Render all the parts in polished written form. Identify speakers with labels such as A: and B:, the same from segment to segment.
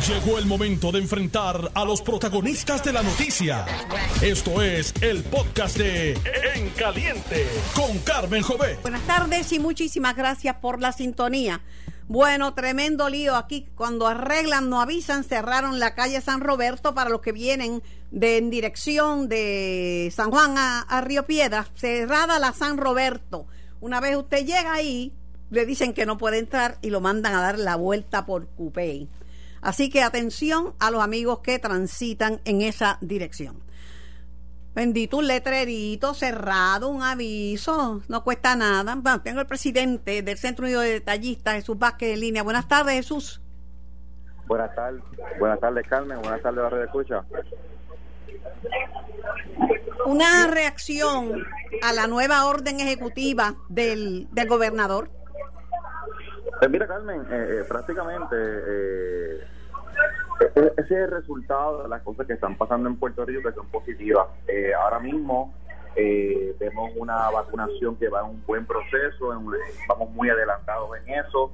A: Llegó el momento de enfrentar a los protagonistas de la noticia. Esto es el podcast de En Caliente con Carmen Jové.
B: Buenas tardes y muchísimas gracias por la sintonía. Bueno, tremendo lío aquí. Cuando arreglan, no avisan. Cerraron la calle San Roberto para los que vienen en dirección de San Juan a Río Piedras. Cerrada la San Roberto. Una vez usted llega ahí, le dicen que no puede entrar y lo mandan a dar la vuelta por Cupey. Así que atención a los amigos que transitan en esa dirección. Bendito, un letrerito cerrado, un aviso, no cuesta nada. Bueno, tengo el presidente del Centro Unido de Detallistas, Jesús Vázquez, en línea. Buenas tardes, Jesús.
C: Buenas tardes, Carmen. Buenas tardes, Barrio de Escucha.
B: Una reacción a la nueva orden ejecutiva del gobernador.
C: Mira, Carmen, prácticamente ese es el resultado de las cosas que están pasando en Puerto Rico, que son positivas. Ahora mismo vemos una vacunación que va en un buen proceso, vamos muy adelantados en eso.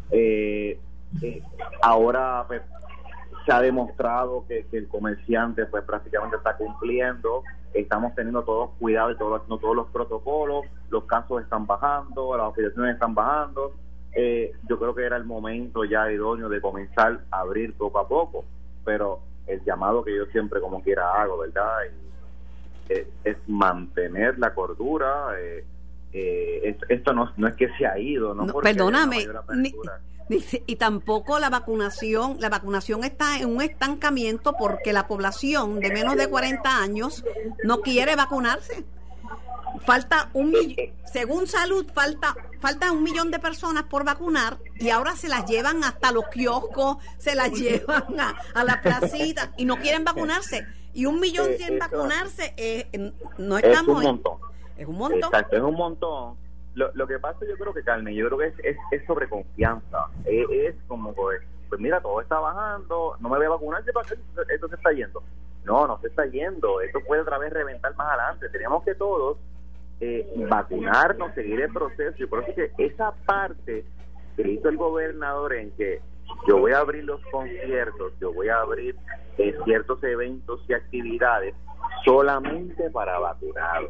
C: Ahora pues, se ha demostrado que el comerciante pues prácticamente está cumpliendo. Estamos teniendo todos cuidado y haciendo todos los protocolos, los casos están bajando, las hospitalizaciones están bajando. Yo creo que era el momento ya idóneo de comenzar a abrir poco a poco, pero el llamado que yo siempre como quiera hago, ¿verdad? Es mantener la cordura. Esto no es que se ha ido, no
B: perdóname, y tampoco la vacunación está en un estancamiento porque la población de menos de 40 años no quiere vacunarse. Falta según salud, falta 1 millón de personas por vacunar y ahora se las llevan hasta los kioscos, se las llevan a la placita y no quieren vacunarse. Y 1 millón sin vacunarse, no estamos... Es un montón.
C: Exacto, es un montón. Lo que pasa, yo creo que, Carmen, es sobre confianza. Es como, pues mira, todo está bajando, no me voy a vacunar, esto se está yendo. No se está yendo, esto puede otra vez reventar más adelante. Tenemos que todos vacunarnos, seguir el proceso. Y por eso que esa parte que hizo el gobernador en que yo voy a abrir los conciertos, yo voy a abrir ciertos eventos y actividades solamente para vacunados,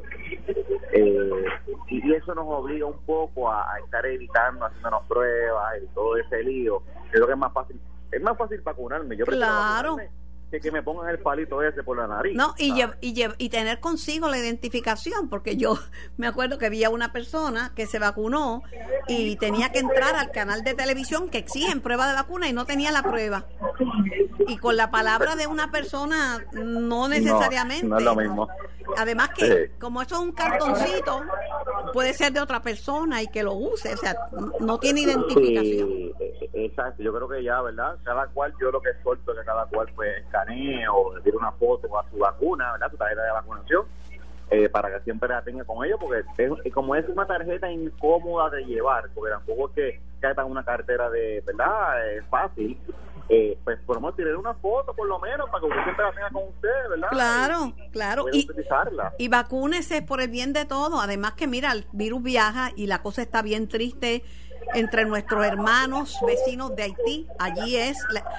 C: y eso nos obliga un poco a estar evitando, haciéndonos pruebas y todo ese lío. Creo que es más fácil vacunarme. Yo prefiero vacunarme que me pongan el palito ese por la nariz.
B: No, y tener consigo la identificación, porque yo me acuerdo que había una persona que se vacunó y tenía que entrar al canal de televisión que exigen prueba de vacuna y no tenía la prueba. Y con la palabra de una persona no necesariamente.
C: No es lo mismo.
B: Además que como eso es un cartoncito, puede ser de otra persona y que lo use, o sea, no tiene identificación.
C: Sí, exacto, yo creo que ya, ¿verdad? Cada cual, yo lo que suelto es que cada cual pues escanee o le tire una foto a su vacuna, ¿verdad? Su tarjeta de vacunación, para que siempre la tenga con ellos, porque como es una tarjeta incómoda de llevar, porque tampoco es que caiga una cartera de, ¿verdad? Es fácil. Pues podemos tirar una foto por lo menos para que usted siempre la tenga con usted, ¿verdad?
B: Claro. Y vacúnese por el bien de todos. Además que mira, el virus viaja y la cosa está bien triste entre nuestros hermanos vecinos de Haití. Allí es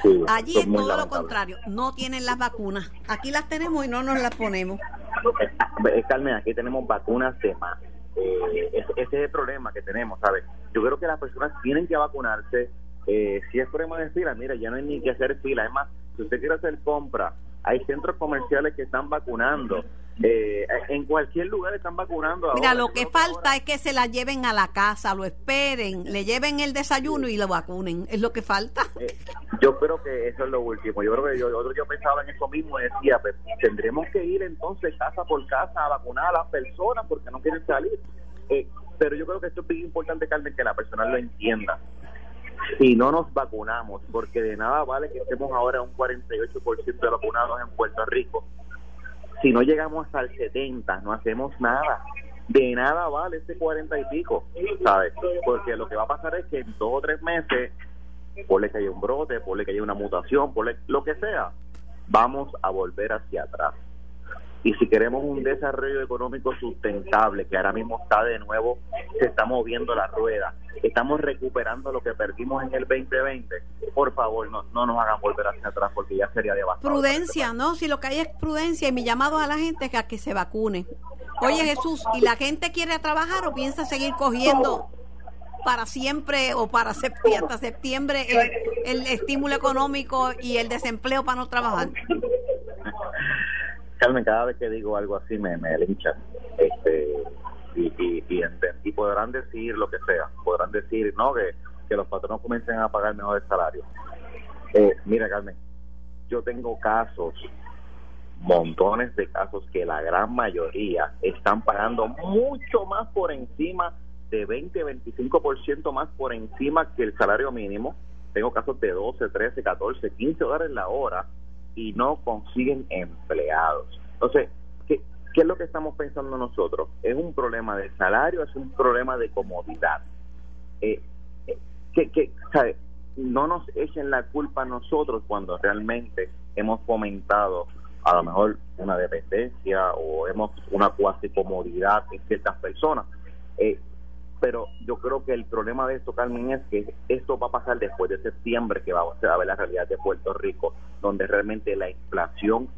B: todo lo contrario, no tienen las vacunas. Aquí las tenemos y no nos las ponemos.
C: Carmen, aquí tenemos vacunas de más. Ese es el problema que tenemos, ¿sabes? Yo creo que las personas tienen que vacunarse. Si es problema de fila, mira, ya no hay ni que hacer fila. Es más, si usted quiere hacer compra, hay centros comerciales que están vacunando. En cualquier lugar están vacunando.
B: Mira,
C: ahora,
B: lo que falta es que se la lleven a la casa, lo esperen, le lleven el desayuno y lo vacunen. Es lo que falta.
C: Yo creo que eso es lo último. Yo creo que yo pensaba en eso mismo y decía, pues tendremos que ir entonces casa por casa a vacunar a las personas porque no quieren salir. Pero yo creo que esto es bien importante, Carmen, que la persona lo entienda. Si no nos vacunamos, porque de nada vale que estemos ahora un 48% de vacunados en Puerto Rico, si no llegamos al 70%, no hacemos nada. De nada vale ese 40 y pico, ¿sabes? Porque lo que va a pasar es que en 2 o 3 meses, ponle que haya un brote, ponle que haya una mutación, ponle lo que sea, vamos a volver hacia atrás. Y si queremos un desarrollo económico sustentable, que ahora mismo está de nuevo, se está moviendo la rueda, estamos recuperando lo que perdimos en el 2020, por favor, no nos hagan volver hacia atrás, porque ya sería devastador.
B: Prudencia, ¿no? Si lo que hay es prudencia, y mi llamado a la gente es que se vacune. Oye, Jesús, ¿y la gente quiere trabajar o piensa seguir cogiendo para siempre o para hasta septiembre el estímulo económico y el desempleo para no trabajar?
C: Carmen, cada vez que digo algo así me linchan, y podrán decir lo que sea, podrán decir no que los patronos comiencen a pagar mejor el salario. Mira, Carmen, yo tengo casos, montones de casos, que la gran mayoría están pagando mucho más por encima de 20-25% más por encima que el salario mínimo. Tengo casos de 12, 13, 14, 15 dólares la hora y no consiguen empleados. Entonces, ¿qué es lo que estamos pensando nosotros? ¿Es un problema de salario? ¿Es un problema de comodidad? ¿Sabe? No nos echen la culpa a nosotros cuando realmente hemos fomentado a lo mejor una dependencia o hemos una cuasi comodidad en ciertas personas. Pero yo creo que el problema de esto, Carmen, es que esto va a pasar después de septiembre, que se va a ver la realidad de Puerto Rico, donde realmente la inflación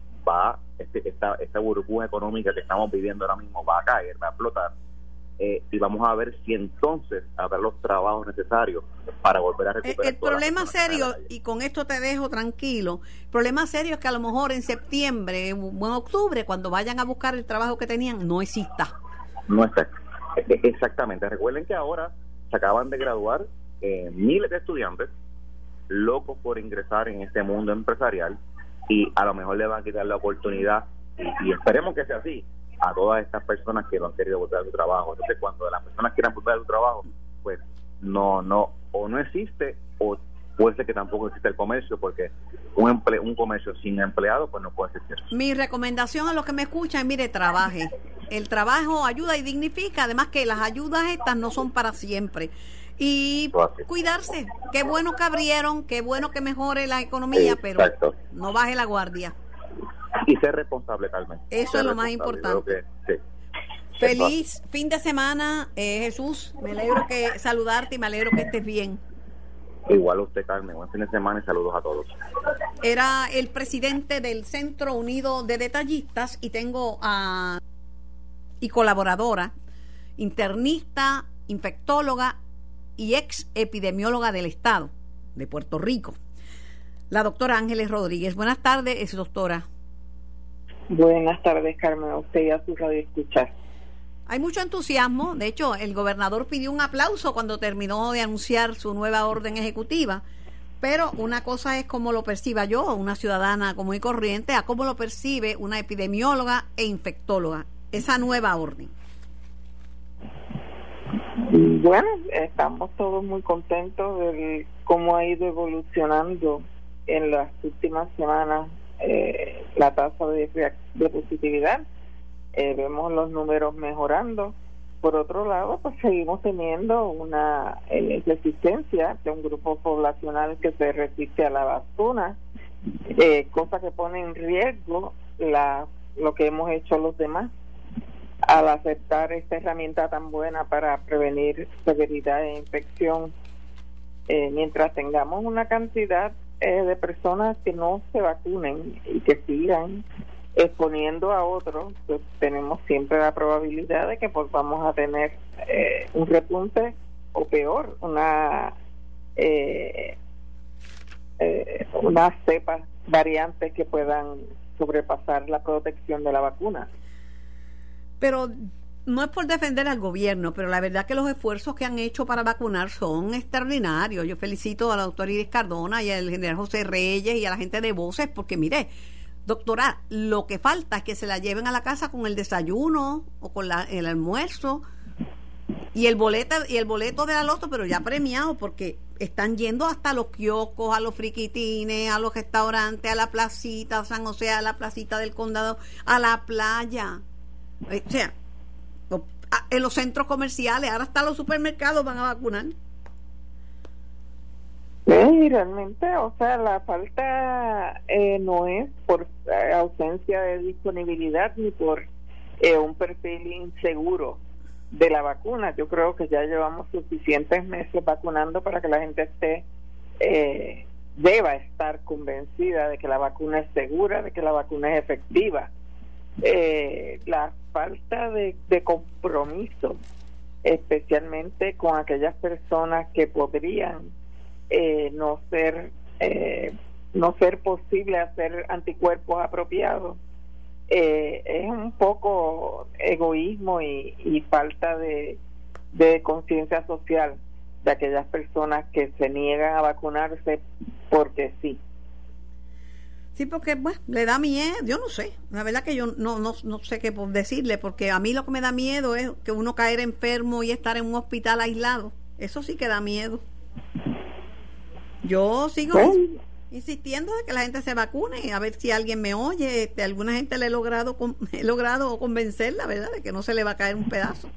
C: esta burbuja económica que estamos viviendo ahora mismo va a caer, va a explotar, y vamos a ver si entonces habrá los trabajos necesarios para volver a recuperar.
B: El problema serio, y con esto te dejo tranquilo, el problema serio es que a lo mejor en septiembre o en octubre, cuando vayan a buscar el trabajo que tenían, no exista.
C: No está. Exactamente. Recuerden que ahora se acaban de graduar miles de estudiantes locos por ingresar en este mundo empresarial, y a lo mejor le van a quitar la oportunidad, y esperemos que sea así, a todas estas personas que no han querido volver a su trabajo. Entonces, cuando las personas quieran volver a su trabajo, pues no existe, o puede ser que tampoco existe el comercio, porque un comercio sin empleados pues no puede existir. Mi
B: recomendación a los que me escuchan, mire, trabaje. El trabajo ayuda y dignifica, además que las ayudas estas no son para siempre. Y cuidarse. Qué bueno que abrieron, qué bueno que mejore la economía, pero no baje la guardia.
C: Y ser responsable, Carmen.
B: Eso es lo más importante. Feliz fin de semana, Jesús. Me alegro que saludarte y me alegro que estés bien.
C: Igual usted, Carmen. Buen fin de semana y saludos a todos.
B: Era el presidente del Centro Unido de Detallistas, y tengo y colaboradora, internista, infectóloga y ex epidemióloga del Estado de Puerto Rico, la doctora Ángeles Rodríguez. Buenas tardes, doctora.
D: Buenas tardes, Carmen, a usted y a su radio escuchar.
B: Hay mucho entusiasmo. De hecho, el gobernador pidió un aplauso cuando terminó de anunciar su nueva orden ejecutiva, pero una cosa es cómo lo perciba yo, una ciudadana común y corriente, a cómo lo percibe una epidemióloga e infectóloga, esa nueva orden.
D: Bueno, estamos todos muy contentos de cómo ha ido evolucionando en las últimas semanas la tasa de positividad. Vemos los números mejorando. Por otro lado, pues seguimos teniendo una resistencia de un grupo poblacional que se resiste a la vacuna, cosa que pone en riesgo lo que hemos hecho los demás al aceptar esta herramienta tan buena para prevenir severidad de infección. Mientras tengamos una cantidad de personas que no se vacunen y que sigan exponiendo a otros, pues tenemos siempre la probabilidad de que vamos a tener un repunte o peor, unas cepas variantes que puedan sobrepasar la protección de la vacuna.
B: Pero no es por defender al gobierno, pero la verdad que los esfuerzos que han hecho para vacunar son extraordinarios. Yo felicito a la doctora Iris Cardona y al general José Reyes y a la gente de Voces, porque mire, doctora, lo que falta es que se la lleven a la casa con el desayuno o con el almuerzo y el boleto de la loto, pero ya premiado, porque están yendo hasta los kioscos, a los friquitines, a los restaurantes, a la placita San José, a la placita del condado, a la playa. O sea, en los centros comerciales, ahora hasta los supermercados van a vacunar.
D: Sí, realmente, o sea, la falta no es por ausencia de disponibilidad ni por un perfil inseguro de la vacuna. Yo creo que ya llevamos suficientes meses vacunando para que la gente esté deba estar convencida de que la vacuna es segura, de que la vacuna es efectiva. La falta de compromiso, especialmente con aquellas personas que podrían no ser posible hacer anticuerpos apropiados, es un poco egoísmo y falta de conciencia social de aquellas personas que se niegan a vacunarse porque sí.
B: Sí, porque bueno, le da miedo, yo no sé, la verdad que yo no sé qué decirle, porque a mí lo que me da miedo es que uno caer enfermo y estar en un hospital aislado, eso sí que da miedo. Yo sigo insistiendo de que la gente se vacune, a ver si alguien me oye. Alguna gente he logrado convencerla, ¿verdad?, de que no se le va a caer un pedazo.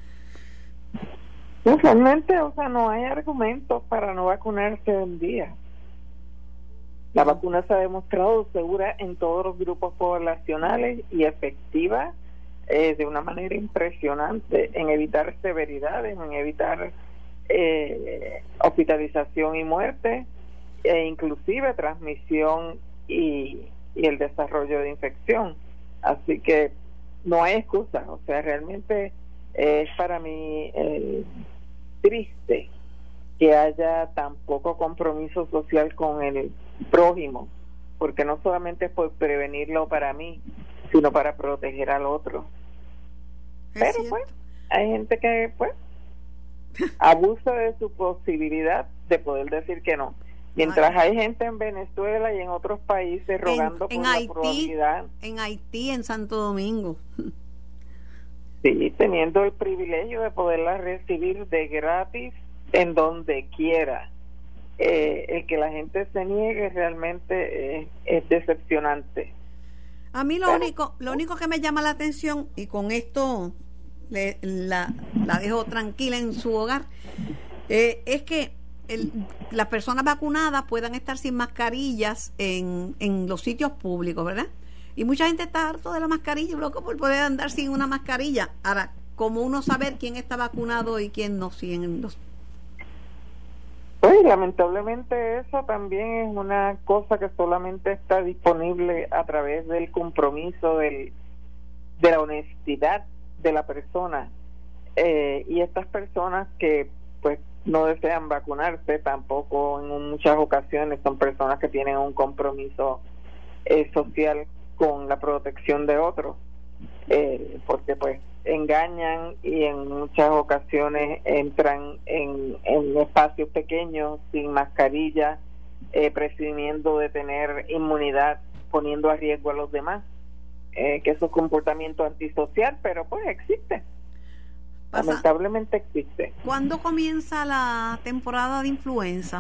D: Pues realmente, o sea, no hay argumentos para no vacunarse un día. La vacuna se ha demostrado segura en todos los grupos poblacionales y efectiva de una manera impresionante en evitar severidades, en evitar hospitalización y muerte, e inclusive transmisión y el desarrollo de infección. Así que no hay excusa. O sea, realmente es para mí triste que haya tan poco compromiso social con el prójimo, porque no solamente es por prevenirlo para mí, sino para proteger al otro. Pero pues hay gente que pues abusa de su posibilidad de poder decir que no. Mientras hay gente en Venezuela y en otros países rogando por la probabilidad.
B: En Haití, en Santo Domingo.
D: Sí, teniendo el privilegio de poderla recibir de gratis en donde quiera. El que la gente se niegue realmente es decepcionante.
B: A mí lo único que me llama la atención, y con esto la dejo tranquila en su hogar, es que las personas vacunadas puedan estar sin mascarillas en los sitios públicos, ¿verdad? Y mucha gente está harto de la mascarilla, loco, por poder andar sin una mascarilla. Ahora, ¿cómo uno saber quién está vacunado y quién no?
D: Pues lamentablemente eso también es una cosa que solamente está disponible a través del compromiso de la honestidad de la persona, y estas personas que pues no desean vacunarse tampoco en muchas ocasiones son personas que tienen un compromiso social con la protección de otros, porque pues engañan y en muchas ocasiones entran en espacios pequeños sin mascarilla, presumiendo de tener inmunidad, poniendo a riesgo a los demás, que eso es comportamiento antisocial, pero pues existe. Lamentablemente existe.
B: ¿Cuándo comienza la temporada de influenza?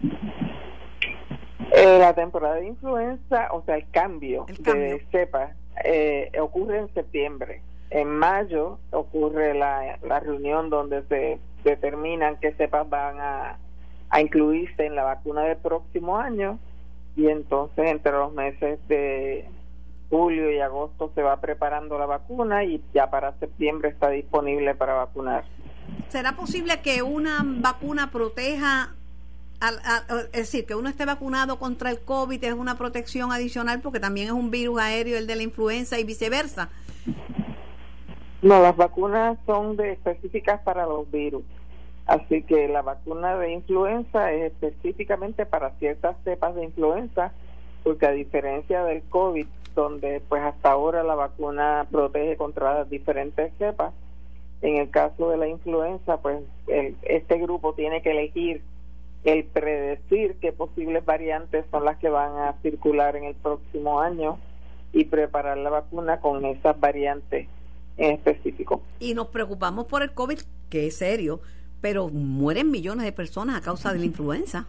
D: La temporada de influenza, o sea, el cambio. De cepa ocurre en septiembre. En mayo ocurre la reunión donde se determinan qué cepas van a incluirse en la vacuna del próximo año, y entonces entre los meses de julio y agosto se va preparando la vacuna y ya para septiembre está disponible para vacunar.
B: ¿Será posible que una vacuna proteja, es decir, que uno esté vacunado contra el COVID es una protección adicional porque también es un virus aéreo el de la influenza y viceversa?
D: No, las vacunas son específicas para los virus, así que la vacuna de influenza es específicamente para ciertas cepas de influenza, porque a diferencia del COVID, donde pues hasta ahora la vacuna protege contra las diferentes cepas, en el caso de la influenza pues este grupo tiene que elegir el predecir qué posibles variantes son las que van a circular en el próximo año y preparar la vacuna con esas variantes en específico.
B: Y nos preocupamos por el COVID, que es serio, pero mueren millones de personas a causa de la influenza.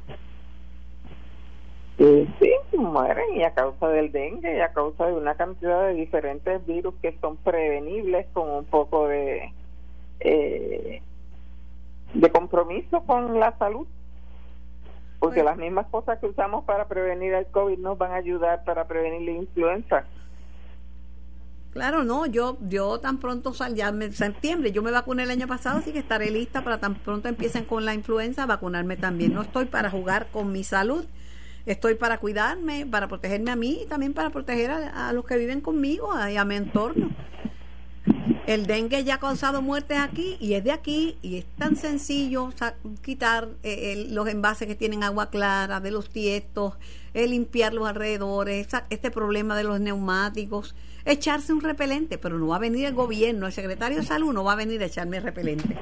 D: Sí, mueren, y a causa del dengue y a causa de una cantidad de diferentes virus que son prevenibles con un poco de compromiso con la salud. porque las mismas cosas que usamos para prevenir el COVID nos van a ayudar para prevenir la influenza.
B: Claro, no, yo tan pronto ya en septiembre, yo me vacuné el año pasado, así que estaré lista para tan pronto empiecen con la influenza, vacunarme también. No estoy para jugar con mi salud, estoy para cuidarme, para protegerme a mí y también para proteger a los que viven conmigo y a mi entorno. El dengue ya ha causado muertes aquí y es de aquí y es tan sencillo quitar los envases que tienen agua clara de los tiestos, limpiar los alrededores, este problema de los neumáticos, echarse un repelente, pero no va a venir el gobierno, el secretario de salud no va a venir a echarme repelente.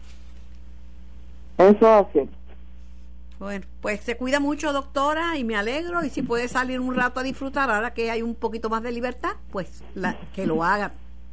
D: Eso hace.
B: Bueno, pues se cuida mucho, doctora, y me alegro, y si puede salir un rato a disfrutar ahora que hay un poquito más de libertad, pues que lo haga.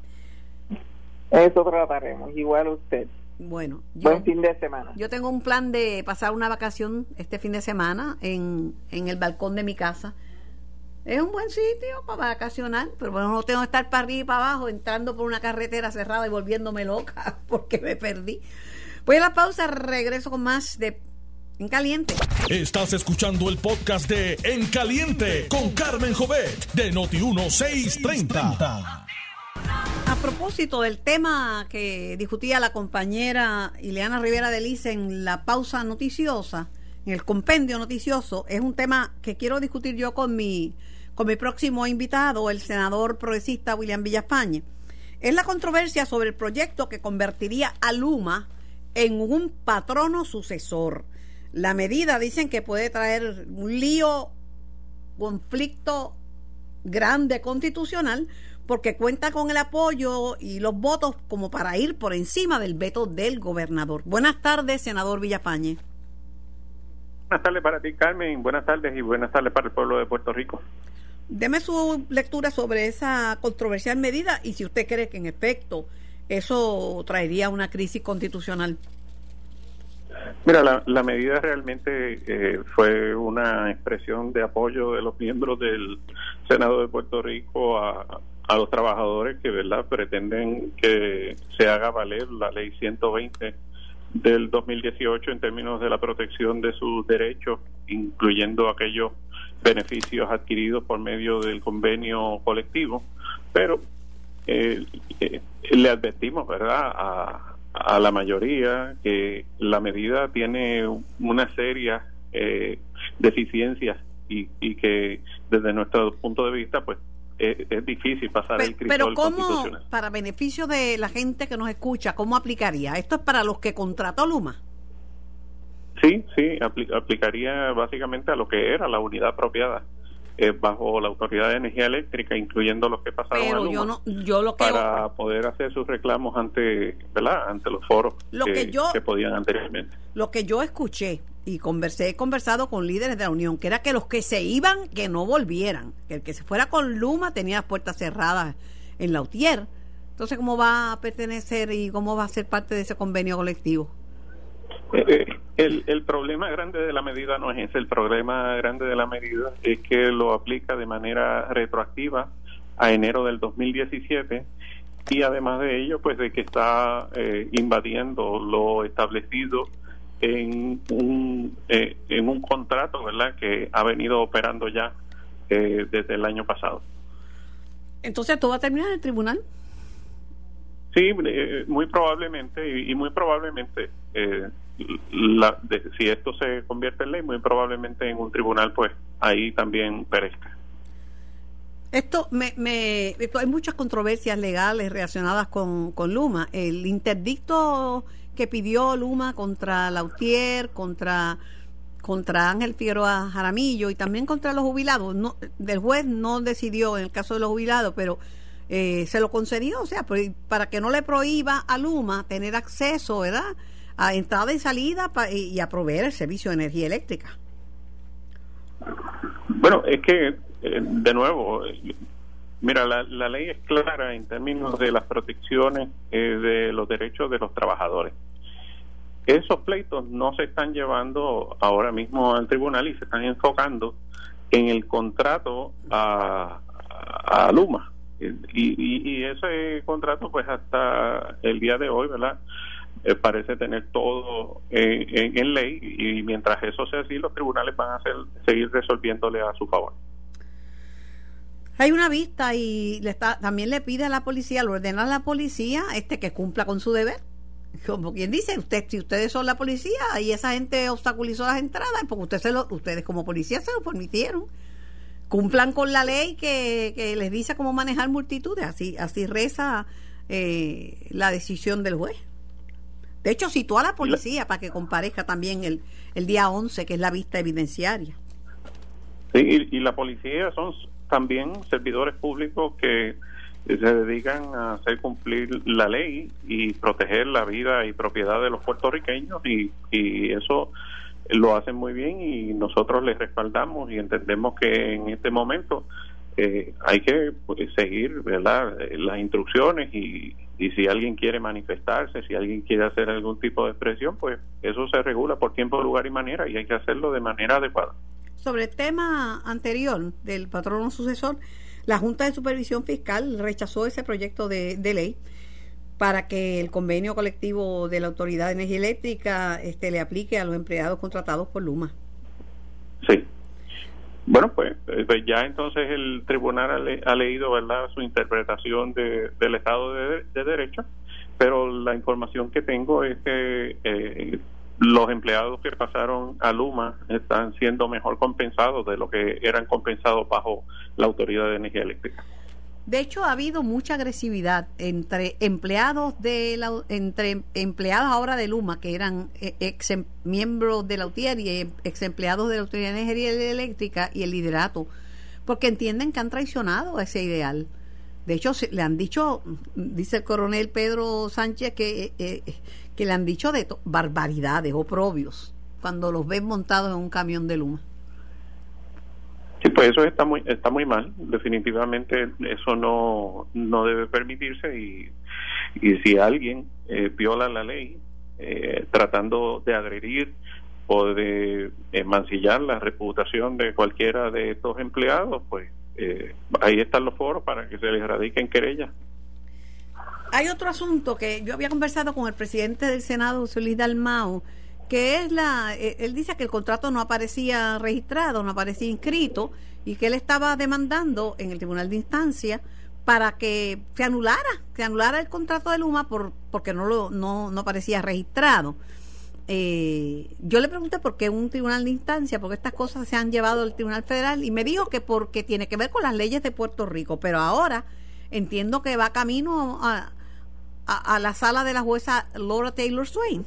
D: Eso trataremos, igual usted.
B: Bueno,
D: buen fin de semana.
B: Yo tengo un plan de pasar una vacación este fin de semana en el balcón de mi casa. Es un buen sitio para vacacionar, pero bueno, no tengo que estar para arriba y para abajo, entrando por una carretera cerrada y volviéndome loca porque me perdí. Voy a la pausa, regreso con más de En Caliente.
A: Estás escuchando el podcast de En Caliente con Carmen Jovet de Noti1 630.
B: A propósito del tema que discutía la compañera Ileana Rivera de Liz en la pausa noticiosa, en el compendio noticioso, es un tema que quiero discutir yo con mi próximo invitado, el senador progresista William Villafañe. Es la controversia sobre el proyecto que convertiría a Luma en un patrono sucesor. La medida dicen que puede traer un lío, conflicto grande constitucional, porque cuenta con el apoyo y los votos como para ir por encima del veto del gobernador. Buenas tardes, senador Villafañe.
E: Buenas tardes para ti, Carmen. Buenas tardes y buenas tardes para el pueblo de Puerto Rico.
B: Deme su lectura sobre esa controversial medida y si usted cree que en efecto eso traería una crisis constitucional.
E: Mira, la medida realmente fue una expresión de apoyo de los miembros del Senado de Puerto Rico a los trabajadores que, ¿verdad?, pretenden que se haga valer la ley 120 del 2018 en términos de la protección de sus derechos, incluyendo aquellos beneficios adquiridos por medio del convenio colectivo. Pero le advertimos, ¿verdad?, a la mayoría que la medida tiene una seria deficiencias y que desde nuestro punto de vista pues es difícil pasar el crisol
B: pero ¿cómo,
E: constitucional.
B: Para beneficio de la gente que nos escucha, cómo aplicaría? ¿Esto es para los que contrató Luma?
E: Sí, aplicaría básicamente a lo que era la unidad apropiada bajo la Autoridad de Energía Eléctrica, incluyendo los que pasaron a Luma, para poder hacer sus reclamos ante los foros que podían anteriormente.
B: Lo que yo escuché y he conversado con líderes de la Unión, que era que los que se iban, que no volvieran, que el que se fuera con Luma tenía las puertas cerradas en la UTIER. Entonces, ¿cómo va a pertenecer y cómo va a ser parte de ese convenio colectivo?
E: El problema grande de la medida no es ese. El problema grande de la medida es que lo aplica de manera retroactiva a enero del 2017 y además de ello, pues de que está invadiendo lo establecido en un contrato, ¿verdad?, que ha venido operando ya desde el año pasado.
B: Entonces, ¿todo va a terminar en el tribunal?
E: Sí, muy probablemente, y muy probablemente si esto se convierte en ley, muy probablemente en un tribunal, pues ahí también perezca.
B: Esto hay muchas controversias legales relacionadas con Luma. El interdicto que pidió Luma contra Lautier, contra Ángel Figueroa Jaramillo y también contra los jubilados, del juez no decidió en el caso de los jubilados, pero se lo concedió, o sea, para que no le prohíba a Luma tener acceso, ¿verdad?, a entrada y salida y a proveer el servicio de energía eléctrica.
E: Bueno, es que de nuevo, mira, la ley es clara en términos de las protecciones de los derechos de los trabajadores. Esos pleitos no se están llevando ahora mismo al tribunal y se están enfocando en el contrato a Luma. Y ese contrato, pues hasta el día de hoy, ¿verdad?, parece tener todo en ley, y mientras eso sea así, los tribunales van a seguir resolviéndole a su favor.
B: Hay una vista y también le pide a la policía, le ordena a la policía que cumpla con su deber. Como quien dice, si ustedes son la policía y esa gente obstaculizó las entradas, porque ustedes como policía se lo permitieron. Cumplan con la ley que les dice cómo manejar multitudes. Así reza la decisión del juez. De hecho, citó a la policía para que comparezca también el día 11, que es la vista evidenciaria.
E: Sí, y la policía son también servidores públicos que se dedican a hacer cumplir la ley y proteger la vida y propiedad de los puertorriqueños, y eso lo hacen muy bien, y nosotros les respaldamos y entendemos que en este momento hay que seguir, ¿verdad?, las instrucciones, y si alguien quiere manifestarse, si alguien quiere hacer algún tipo de expresión, pues eso se regula por tiempo, lugar y manera, y hay que hacerlo de manera adecuada.
B: Sobre el tema anterior del patrono sucesor, la Junta de Supervisión Fiscal rechazó ese proyecto de ley para que el convenio colectivo de la Autoridad de Energía Eléctrica le aplique a los empleados contratados por Luma.
E: Sí. Bueno, pues ya entonces el tribunal ha leído, ¿verdad?, su interpretación del Estado de Derecho, pero la información que tengo es que los empleados que pasaron a Luma están siendo mejor compensados de lo que eran compensados bajo la Autoridad de Energía Eléctrica.
B: De hecho, ha habido mucha agresividad entre empleados ahora de Luma, que eran ex miembros de la UTIER y ex empleados de la Autoridad de Energía Eléctrica, y el liderato, porque entienden que han traicionado ese ideal. De hecho, le han dicho, dice el coronel Pedro Sánchez, que le han dicho barbaridades, oprobios, cuando los ven montados en un camión de Luma.
E: Sí, pues eso está muy mal. Definitivamente eso no debe permitirse, y si alguien viola la ley tratando de agredir o de mancillar la reputación de cualquiera de estos empleados, pues ahí están los foros para que se les radiquen querellas.
B: Hay otro asunto que yo había conversado con el presidente del Senado, José Luis Dalmau, que es él dice que el contrato no aparecía registrado, no aparecía inscrito, y que él estaba demandando en el Tribunal de Instancia para que se anulara el contrato de Luma porque no aparecía registrado. Yo le pregunté por qué un Tribunal de Instancia, porque estas cosas se han llevado al Tribunal Federal, y me dijo que porque tiene que ver con las leyes de Puerto Rico, pero ahora entiendo que va camino a la sala de la jueza Laura Taylor Swain.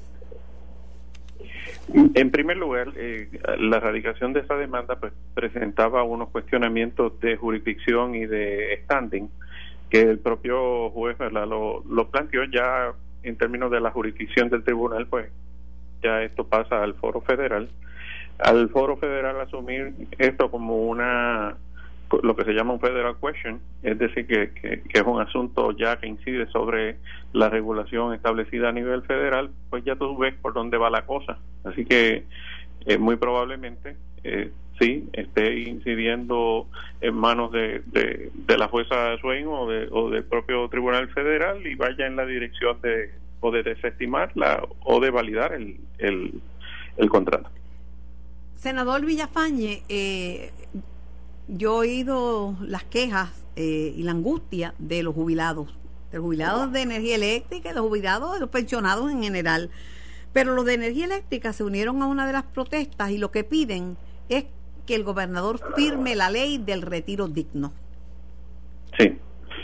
E: En primer lugar, la radicación de esa demanda pues presentaba unos cuestionamientos de jurisdicción y de standing que el propio juez, ¿verdad?, lo planteó. Ya en términos de la jurisdicción del tribunal, pues ya esto pasa al Foro Federal. Al Foro Federal asumir esto como lo que se llama un federal question, es decir, que es un asunto ya que incide sobre la regulación establecida a nivel federal, pues ya tú ves por dónde va la cosa. Así que muy probablemente sí esté incidiendo en manos de la jueza Swain o del propio Tribunal Federal, y vaya en la dirección de desestimarla o de validar el contrato.
B: Senador Villafañe, yo he oído las quejas y la angustia de los jubilados de energía eléctrica y los jubilados de los pensionados en general. Pero los de energía eléctrica se unieron a una de las protestas y lo que piden es que el gobernador firme la ley del retiro digno.
E: Sí,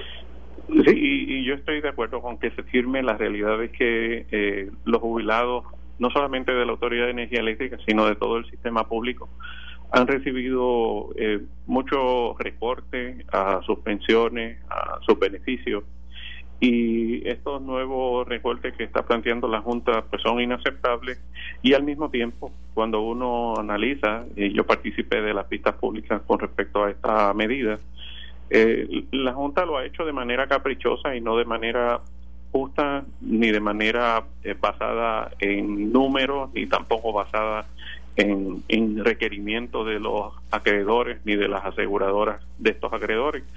E: y yo estoy de acuerdo con que se firme. La realidad es que los jubilados, no solamente de la Autoridad de Energía Eléctrica, sino de todo el sistema público, han recibido mucho recorte a sus pensiones, a sus beneficios, y estos nuevos recortes que está planteando la Junta pues son inaceptables. Y al mismo tiempo, cuando uno analiza, yo participé de las vistas públicas con respecto a esta medida, la Junta lo ha hecho de manera caprichosa y no de manera justa, ni de manera basada en números, ni tampoco basada en requerimientos de los acreedores ni de las aseguradoras de estos acreedores.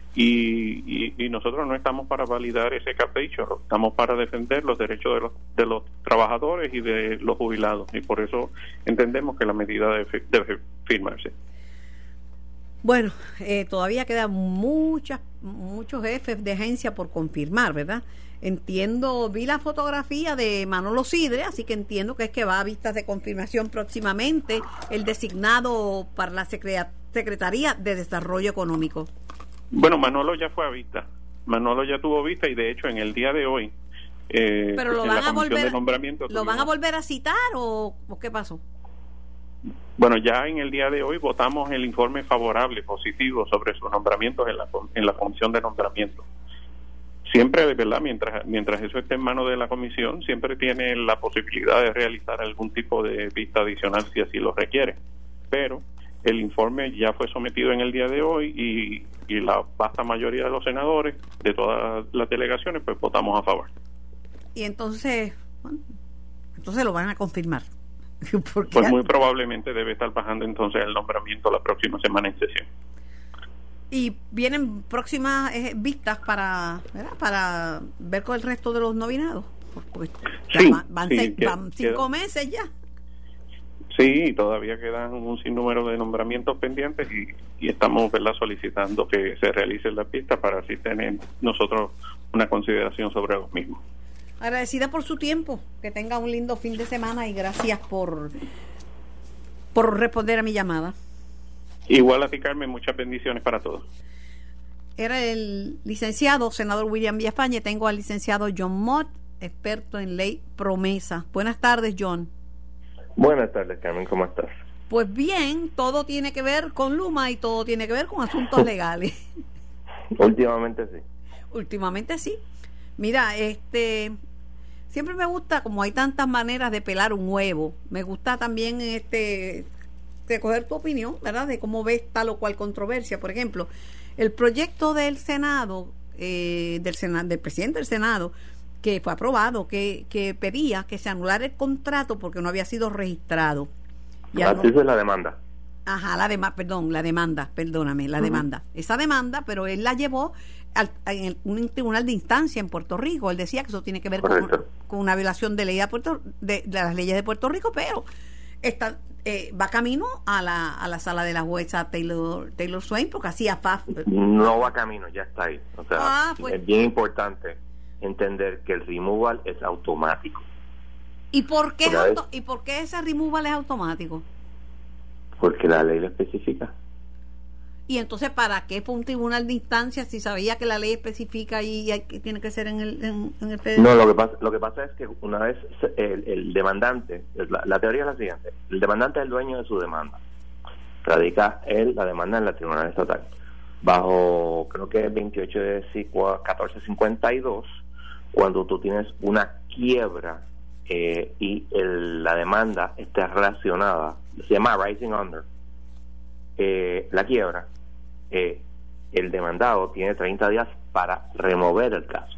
E: y nosotros no estamos para validar ese capricho, estamos para defender los derechos de los trabajadores y de los jubilados, y por eso entendemos que la medida debe firmarse.
B: Bueno, todavía quedan muchos jefes de agencia por confirmar, ¿verdad? Vi la fotografía de Manolo Sidre, así que entiendo que es que va a vistas de confirmación próximamente el designado para la Secretaría de Desarrollo Económico.
E: Bueno, Manolo ya fue a vista, Manolo ya tuvo vista, y de hecho en el día de hoy
B: pero lo van a volver a citar o qué pasó.
E: Bueno, ya en el día de hoy votamos el informe favorable, positivo, sobre sus nombramientos en la comisión de nombramiento. Siempre, de verdad, mientras eso esté en manos de la comisión, siempre tiene la posibilidad de realizar algún tipo de vista adicional si así lo requiere. Pero el informe ya fue sometido en el día de hoy y la vasta mayoría de los senadores de todas las delegaciones pues votamos a favor. Y
B: entonces lo van a confirmar.
E: Pues muy probablemente debe estar bajando entonces el nombramiento la próxima semana en sesión.
B: Y vienen próximas vistas para ver con el resto de los nominados. Porque
E: sí,
B: van 5 meses ya.
E: Sí, todavía quedan un sinnúmero de nombramientos pendientes y estamos, ¿verdad?, solicitando que se realicen las vistas para así tener nosotros una consideración sobre los mismos.
B: Agradecida por su tiempo, que tenga un lindo fin de semana y gracias por responder a mi llamada.
E: Igual a ti, Carmen, muchas bendiciones para todos.
B: Era el licenciado senador William Villafañe. Tengo al licenciado John Mott, experto en ley promesa. Buenas tardes, John.
F: Buenas tardes, Carmen, ¿cómo estás?
B: Pues bien, todo tiene que ver con Luma y todo tiene que ver con asuntos legales. Últimamente sí. Mira, siempre me gusta, como hay tantas maneras de pelar un huevo, me gusta también recoger tu opinión, ¿verdad?, de cómo ves tal o cual controversia. Por ejemplo, el proyecto del Senado, del presidente del Senado, que fue aprobado, que pedía que se anulara el contrato porque no había sido registrado.
F: Así es la demanda.
B: Ajá, la demanda. Esa demanda, pero él la llevó en un tribunal de instancia en Puerto Rico. Él decía que eso tiene que ver con una violación de ley de las leyes de Puerto Rico, pero va camino a la sala de la jueza Taylor Swain, porque hacía
F: no va camino, ya está ahí. O sea, es bien importante entender que el removal es automático.
B: ¿Y por qué ese removal es automático?
F: Porque la ley lo especifica.
B: Y entonces, ¿para qué fue un tribunal de instancia si sabía que la ley especifica y tiene que ser en el federal?
F: No, lo que pasa es que una vez el demandante, la teoría es la siguiente: el demandante es el dueño de su demanda. Radica él la demanda en la tribunal estatal. Bajo, creo que es 28 de 1452, cuando tú tienes una quiebra y la demanda está relacionada, se llama Rising Under, la quiebra, el demandado tiene 30 días para remover el caso.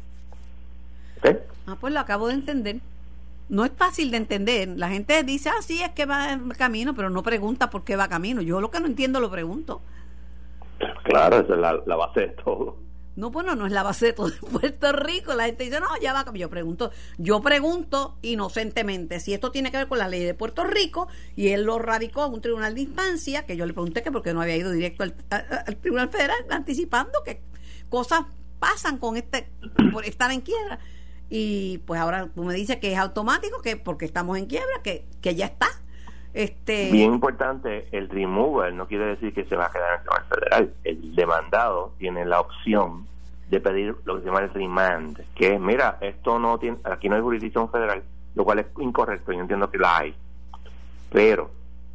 F: ¿Okay?
B: Pues lo acabo de entender. No es fácil de entender. La gente dice, sí, es que va camino, pero no pregunta por qué va camino. Yo lo que no entiendo lo pregunto.
F: Claro, esa es la base de todo.
B: No, bueno, no es la base de todo Puerto Rico. La gente dice, no, ya va. Yo pregunto inocentemente si esto tiene que ver con la ley de Puerto Rico, y él lo radicó en un tribunal de instancia, que yo le pregunté que por qué no había ido directo al tribunal federal, anticipando que cosas pasan por estar en quiebra. Y pues ahora tú me dices que es automático, que porque estamos en quiebra, que ya está.
F: Bien importante, el removal no quiere decir que se va a quedar en el tribunal federal. El demandado tiene la opción de pedir lo que se llama el remand, que es, mira, esto no tiene, aquí no hay jurisdicción federal, lo cual es incorrecto. Yo entiendo que la hay, pero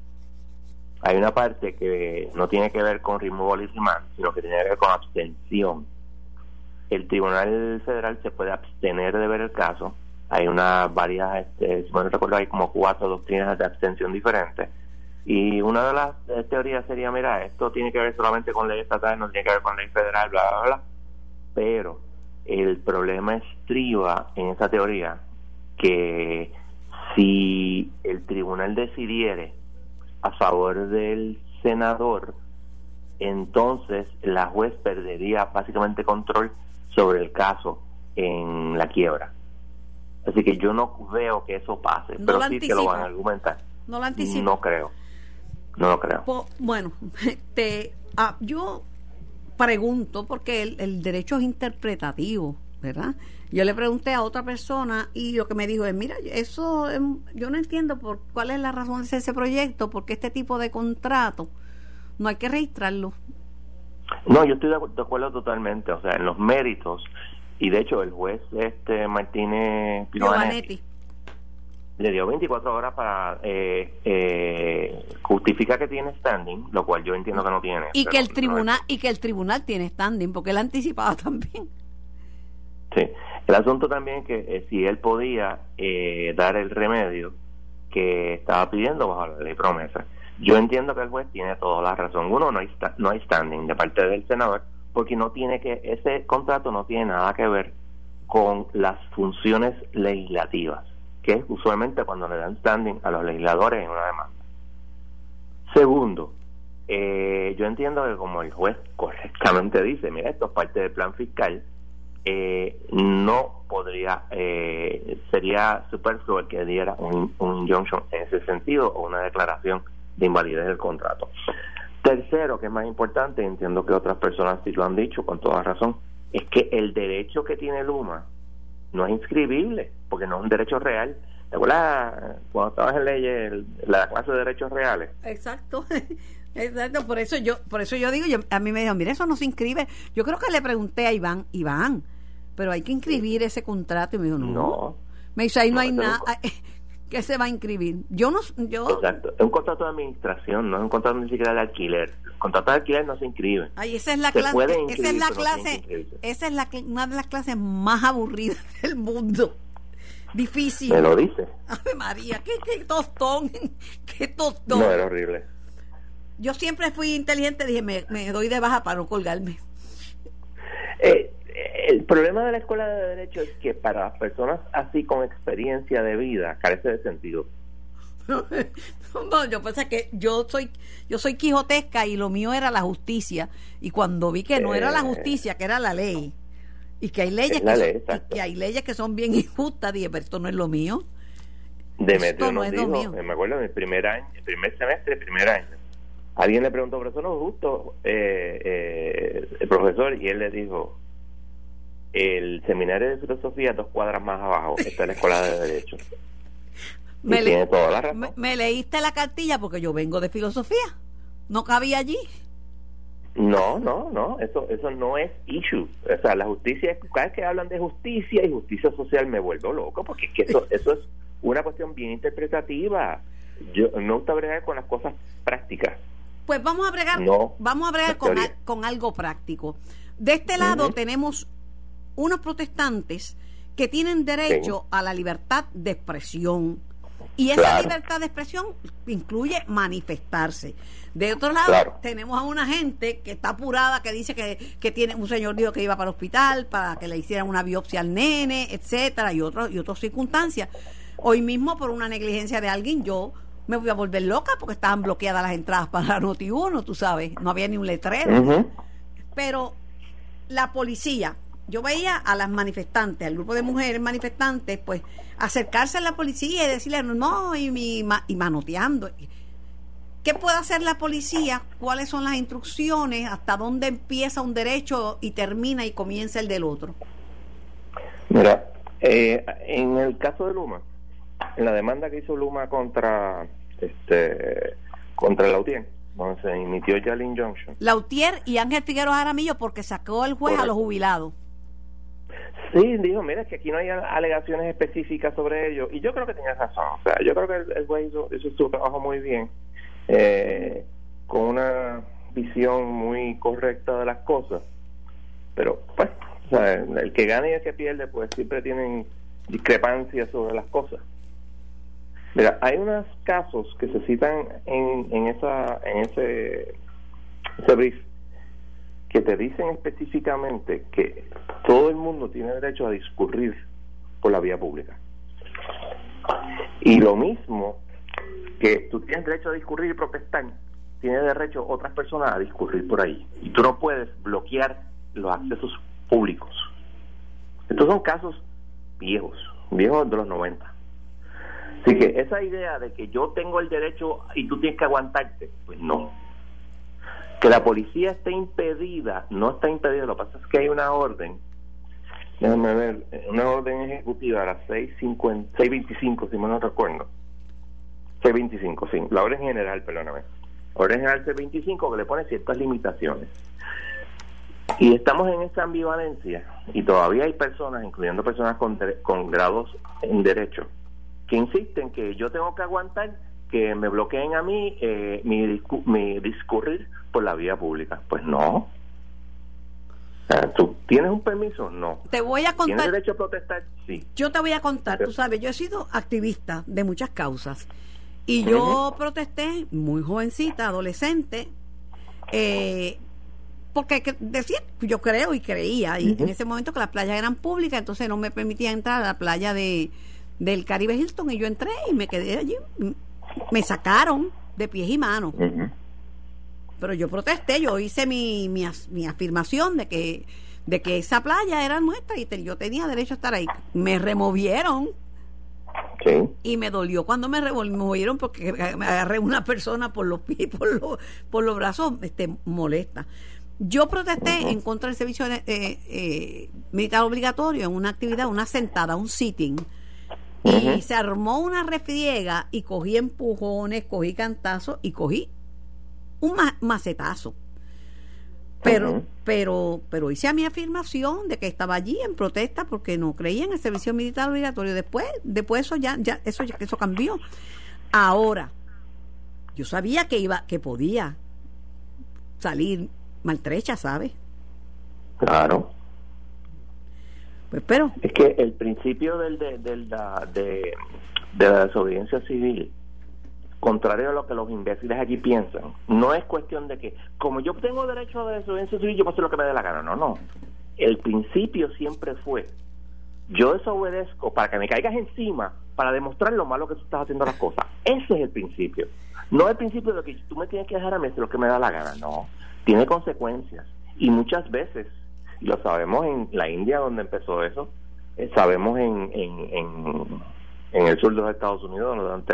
F: hay una parte que no tiene que ver con removal y remand, sino que tiene que ver con abstención. El tribunal federal se puede abstener de ver el caso. Hay varias, si no recuerdo, hay como 4 doctrinas de abstención diferentes, y una de las teorías sería, mira, esto tiene que ver solamente con ley estatal, no tiene que ver con ley federal, bla, bla, bla. Pero el problema estriba en esa teoría que si el tribunal decidiere a favor del senador, entonces la juez perdería básicamente control sobre el caso en la quiebra. Así que yo no veo que eso pase, pero sí que lo van a argumentar.
B: No lo anticipo.
F: No creo.
B: Bueno, yo pregunto porque el derecho es interpretativo, ¿verdad? Yo le pregunté a otra persona y lo que me dijo es, mira, eso yo no entiendo cuál es la razón de hacer ese proyecto, porque este tipo de contrato no hay que registrarlo.
F: No, yo estoy de acuerdo totalmente, o sea, en los méritos, y de hecho el juez Martínez Piovanetti le dio 24 horas para justificar que tiene standing, lo cual yo entiendo que no tiene.
B: Y que el tribunal tiene standing, porque él anticipaba también.
F: Sí, el asunto también es que si él podía dar el remedio que estaba pidiendo bajo la ley promesa. Yo entiendo que el juez tiene toda la razón. Uno, no hay standing de parte del senador, porque ese contrato no tiene nada que ver con las funciones legislativas, que es usualmente cuando le dan standing a los legisladores en una demanda. Segundo, yo entiendo que como el juez correctamente dice, mira, esto es parte del plan fiscal, no podría, sería superfluo el que diera un injunction en ese sentido o una declaración de invalidez del contrato. Tercero, que es más importante, entiendo que otras personas sí lo han dicho con toda razón, es que el derecho que tiene Luma no es inscribible, porque no es un derecho real. ¿Te acuerdas cuando estabas en leyes, la clase de derechos reales?
B: Exacto. Por eso yo digo, a mí me dijo, mira, eso no se inscribe. Yo creo que le pregunté a Iván, pero hay que inscribir ese contrato, y me dijo, no. Me dice, ahí no hay nada. ¿Qué se va a inscribir? Exacto,
F: es un contrato de administración, no es un contrato ni siquiera de alquiler. El contrato de alquiler no se inscribe.
B: Ay, esa es una de las clases más aburridas del mundo. Difícil.
F: Me lo dice.
B: Ave María, qué tostón.
F: No, era horrible.
B: Yo siempre fui inteligente, dije, me doy de baja para no colgarme.
F: El problema de la escuela de Derecho es que para las personas así con experiencia de vida carece de sentido.
B: No, yo pensé que yo soy quijotesca y lo mío era la justicia, y cuando vi que no era la justicia, que era la ley, y que hay leyes que son bien injustas, dije, pero esto no es lo mío.
F: Demetrio nos dijo, me acuerdo en el primer semestre, alguien le preguntó, pero eso no es justo, el profesor, y él le dijo, el seminario de filosofía 2 cuadras más abajo está la escuela de Derecho. Tiene toda la razón.
B: Me leíste la cartilla porque yo vengo de filosofía, no cabía allí.
F: No, eso no es issue. O sea, la justicia, cada vez que hablan de justicia y justicia social me vuelvo loco, porque es que eso es una cuestión bien interpretativa. Yo no me gusta bregar con las cosas prácticas.
B: Pues vamos a bregar con algo práctico. De este lado tenemos unos protestantes que tienen derecho a la libertad de expresión, y esa libertad de expresión incluye manifestarse. De otro lado tenemos a una gente que está apurada, que dice que tiene un señor dijo que iba para el hospital para que le hicieran una biopsia al nene, etcétera, y otras circunstancias. Hoy mismo, por una negligencia de alguien, yo me voy a volver loca porque estaban bloqueadas las entradas para Noti1, tú sabes, no había ni un letrero. Pero la policía, yo veía a las manifestantes, al grupo de mujeres manifestantes, pues acercarse a la policía y decirle no, y manoteando. ¿Qué puede hacer la policía? ¿Cuáles son las instrucciones? ¿Hasta dónde empieza un derecho y termina y comienza el del otro?
F: Mira, en el caso de Luma, en la demanda que hizo Luma contra Lautier, donde se emitió ya el injunction.
B: Lautier y Ángel Figueroa Jaramillo, porque sacó el juez a los jubilados.
F: Sí, dijo, mira, es que aquí no hay alegaciones específicas sobre ello, y yo creo que tenía razón. O sea, yo creo que el juez hizo su trabajo muy bien, con una visión muy correcta de las cosas, pero pues, o sea, el que gana y el que pierde, pues siempre tienen discrepancias sobre las cosas. Mira, hay unos casos que se citan en ese brief que te dicen específicamente que todo el mundo tiene derecho a discurrir por la vía pública, y lo mismo que tú tienes derecho a discurrir y protestar, tiene derecho otras personas a discurrir por ahí. Y tú no puedes bloquear los accesos públicos. Estos son casos viejos de los 90. Así que esa idea de que yo tengo el derecho y tú tienes que aguantarte, pues no. Que la policía esté impedida, no está impedida, lo que pasa es que hay una orden, déjame ver, una orden ejecutiva a las 6:25, si mal no recuerdo. 6:25, sí, la orden general, perdóname. Orden general 6:25 que le pone ciertas limitaciones. Y estamos en esa ambivalencia, y todavía hay personas, incluyendo personas con grados en derecho, que insisten que yo tengo que aguantar que me bloqueen a mí mi discurrir por la vía pública. Pues no. ¿Tú tienes un permiso? No.
B: Te voy a contar.
F: ¿Tienes derecho a protestar? Sí.
B: Yo te voy a contar, tú sabes, yo he sido activista de muchas causas y yo protesté muy jovencita, adolescente, porque decía, yo creo y creía y en ese momento que las playas eran públicas, entonces no me permitía entrar a la playa del Caribe Hilton, y yo entré y me quedé allí, me sacaron de pies y manos. Pero yo protesté, yo hice mi afirmación de que esa playa era nuestra y yo tenía derecho a estar ahí. Me removieron.
F: Sí.
B: Y me dolió cuando me removieron, porque me agarré una persona por los pies, por los brazos, molesta. Yo protesté en contra del servicio militar obligatorio en una actividad, una sentada, un sitting. Y se armó una refriega y cogí empujones, cogí cantazos y cogí un macetazo. Pero hice mi afirmación de que estaba allí en protesta porque no creía en el servicio militar obligatorio. Después eso cambió. Ahora, yo sabía que podía salir maltrecha, ¿sabes?
F: Claro.
B: Pues, pero
F: es que el principio de la desobediencia civil, contrario a lo que los imbéciles aquí piensan, no es cuestión de que, como yo tengo derecho a la desobediencia civil, yo puedo hacer lo que me dé la gana. No. El principio siempre fue: yo desobedezco para que me caigas encima, para demostrar lo malo que tú estás haciendo las cosas. Ese es el principio. No el principio de que tú me tienes que dejar a mí hacer lo que me da la gana. No. Tiene consecuencias. Y muchas veces, y lo sabemos en la India, donde empezó eso, sabemos en el sur de los Estados Unidos, durante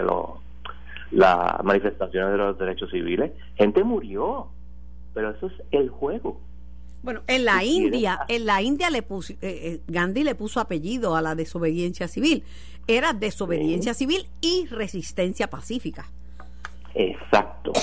F: las manifestaciones de los derechos civiles, gente murió, pero eso es el juego.
B: Bueno, en la India le puso, Gandhi le puso apellido a la desobediencia civil. Era desobediencia civil y resistencia pacífica.
F: Exacto.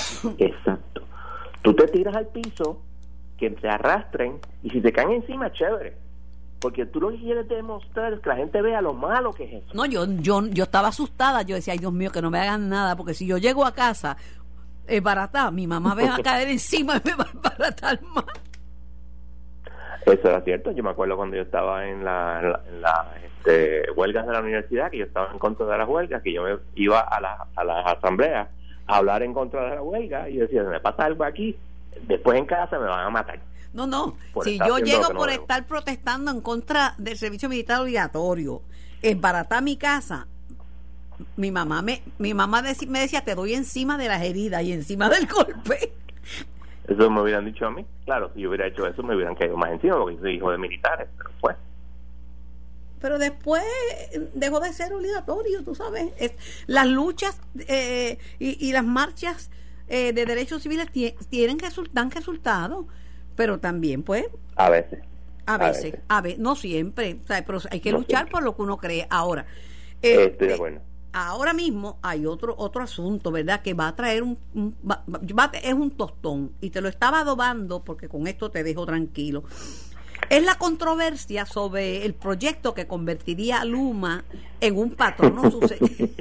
F: Tú te tiras al piso, que te arrastren, y si te caen encima, chévere, porque tú lo que quieres demostrar es que la gente vea lo malo que es eso.
B: No, yo estaba asustada. Yo decía, ay, Dios mío, que no me hagan nada, porque si yo llego a casa baratada, mi mamá me va a caer encima y me va a baratar más.
F: Eso era cierto. Yo me acuerdo cuando yo estaba en las huelgas de la universidad, que yo estaba en contra de las huelgas, que yo me iba a las asambleas a hablar en contra de la huelga, y yo decía, me pasa algo aquí, después en casa me van a matar.
B: No, si yo llego por estar protestando en contra del servicio militar obligatorio, esbaratar mi casa, mi mamá me decía, te doy encima de las heridas y encima del golpe.
F: Eso me hubieran dicho a mí. Claro, si yo hubiera hecho eso me hubieran caído más encima, porque yo soy hijo de militares,
B: pero después dejó de ser obligatorio, tú sabes. Las luchas y las marchas de derechos civiles dan resultados, pero también, pues, a veces, no siempre, ¿sabes? Pero hay que luchar por lo que uno cree. Ahora,
F: estoy de acuerdo.
B: Ahora mismo hay otro asunto, ¿verdad? Que va a traer es un tostón, y te lo estaba adobando porque con esto te dejo tranquilo. Es la controversia sobre el proyecto que convertiría a Luma en un patrono sucesivo.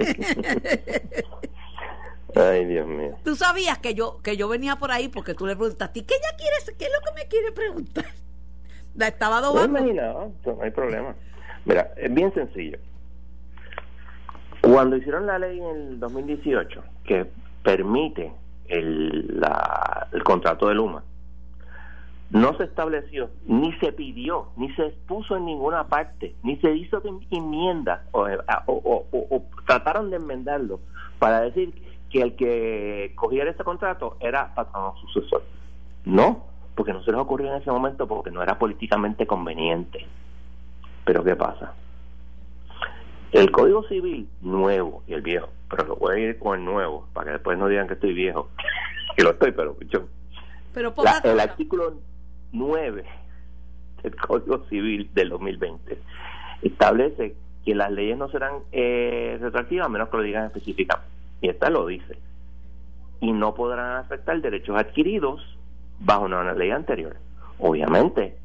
F: Ay, Dios mío.
B: Tú sabías que yo venía por ahí porque tú le preguntaste, ¿qué ella quiere? ¿Qué es lo que me quiere preguntar? La estaba adobando.
F: No hay problema. Mira, es bien sencillo. Cuando hicieron la ley en el 2018 que permite el contrato de Luma, no se estableció, ni se pidió, ni se expuso en ninguna parte, ni se hizo enmienda o trataron de enmendarlo para decir que el que cogiera ese contrato era patrono sucesor. No, porque no se les ocurrió en ese momento porque no era políticamente conveniente. Pero ¿qué pasa? El Código Civil nuevo y el viejo, pero lo voy a ir con el nuevo para que después no digan que estoy viejo, que lo estoy, pero el artículo 9 del Código Civil del 2020 establece que las leyes no serán retroactivas a menos que lo digan específicamente, y esta lo dice, y no podrán afectar derechos adquiridos bajo una ley anterior. Obviamente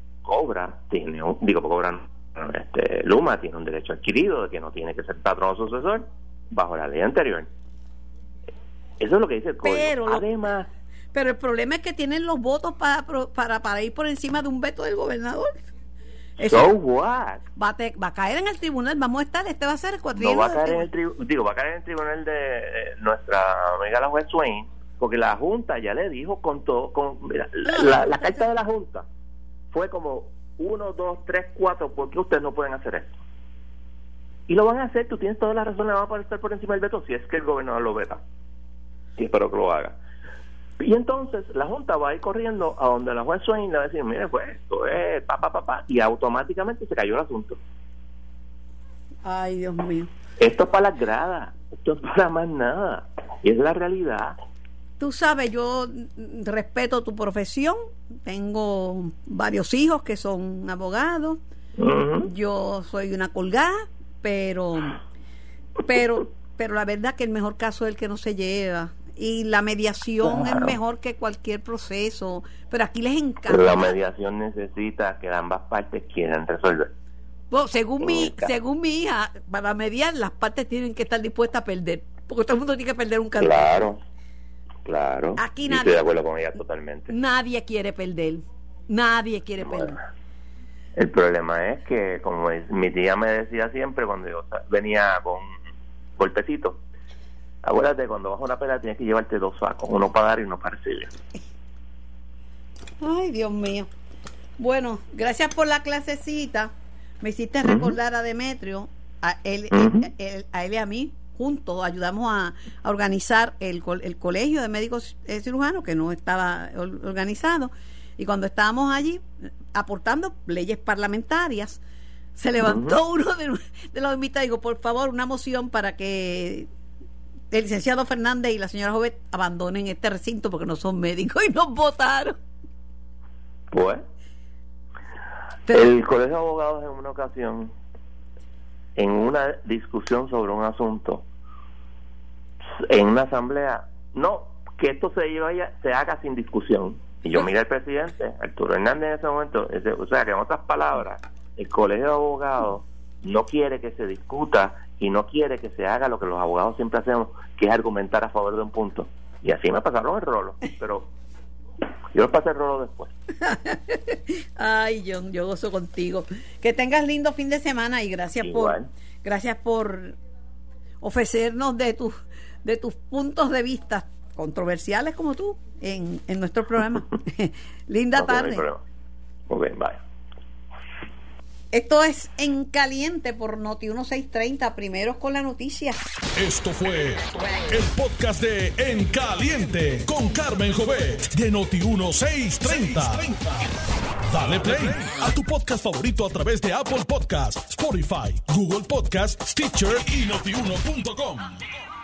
F: Luma tiene un derecho adquirido de que no tiene que ser patrono sucesor bajo la ley anterior. Eso es lo que dice el código. Además,
B: pero el problema es que tienen los votos para ir por encima de un veto del gobernador. Eso
F: so what?
B: Va a caer en el tribunal. Vamos a estar, va a ser el cuatrienio.
F: No va a caer va a caer en el tribunal de nuestra amiga la juez Swain, porque la Junta ya le dijo la carta de la Junta fue como 1, 2, 3, 4, ¿por qué ustedes no pueden hacer esto? Y lo van a hacer, tú tienes toda la razón, le van a poder estar por encima del veto si es que el gobernador lo veta. Y espero que lo haga. Y entonces la Junta va a ir corriendo a donde la juez Swain le va a decir, mire, pues esto es y automáticamente se cayó el asunto.
B: Ay, Dios mío.
F: Esto es para las gradas, esto es para más nada. Y es la realidad.
B: Tú sabes, yo respeto tu profesión, tengo varios hijos que son abogados, yo soy una colgada, pero la verdad que el mejor caso es el que no se lleva, y la mediación es mejor que cualquier proceso, pero aquí les encanta.
F: Pero la mediación necesita que ambas partes quieran resolver.
B: Bueno, según mi hija, para mediar las partes tienen que estar dispuestas a perder, porque todo el mundo tiene que perder un canto.
F: Claro.
B: Aquí
F: estoy de acuerdo con ella totalmente.
B: Nadie quiere perder. perder.
F: El problema es que, como mi tía me decía siempre cuando yo venía con golpecitos, acuérdate, cuando vas a una pelea tienes que llevarte 2 sacos, uno para dar y uno para recibir.
B: Ay, Dios mío. Bueno, gracias por la clasecita. Me hiciste recordar a Demetrio, a él y a mí. Juntos ayudamos a organizar el colegio de médicos cirujanos, que no estaba organizado, y cuando estábamos allí aportando leyes parlamentarias, se levantó uno de los invitados y dijo, por favor, una moción para que el licenciado Fernández y la señora Jovet abandonen este recinto porque no son médicos, y nos votaron.
F: Pues el colegio de abogados en una ocasión, en una discusión sobre un asunto en una asamblea, que esto se haga sin discusión, y yo miré al presidente Arturo Hernández en ese momento, o sea que en otras palabras, el colegio de abogados no quiere que se discuta y no quiere que se haga lo que los abogados siempre hacemos, que es argumentar a favor de un punto, y así me pasaron el rolo, pero yo les pasé el rolo después.
B: Ay, John, yo gozo contigo. Que tengas lindo fin de semana y gracias por ofrecernos de tus puntos de vista controversiales como tú en nuestro programa. Linda tarde.
F: Muy bien, bye.
B: Esto es En Caliente por Noti 1630, primeros con la noticia.
A: Esto fue el podcast de En Caliente con Carmen Jovet de Noti 1630. Dale play a tu podcast favorito a través de Apple Podcasts, Spotify, Google Podcasts, Stitcher y Notiuno.com.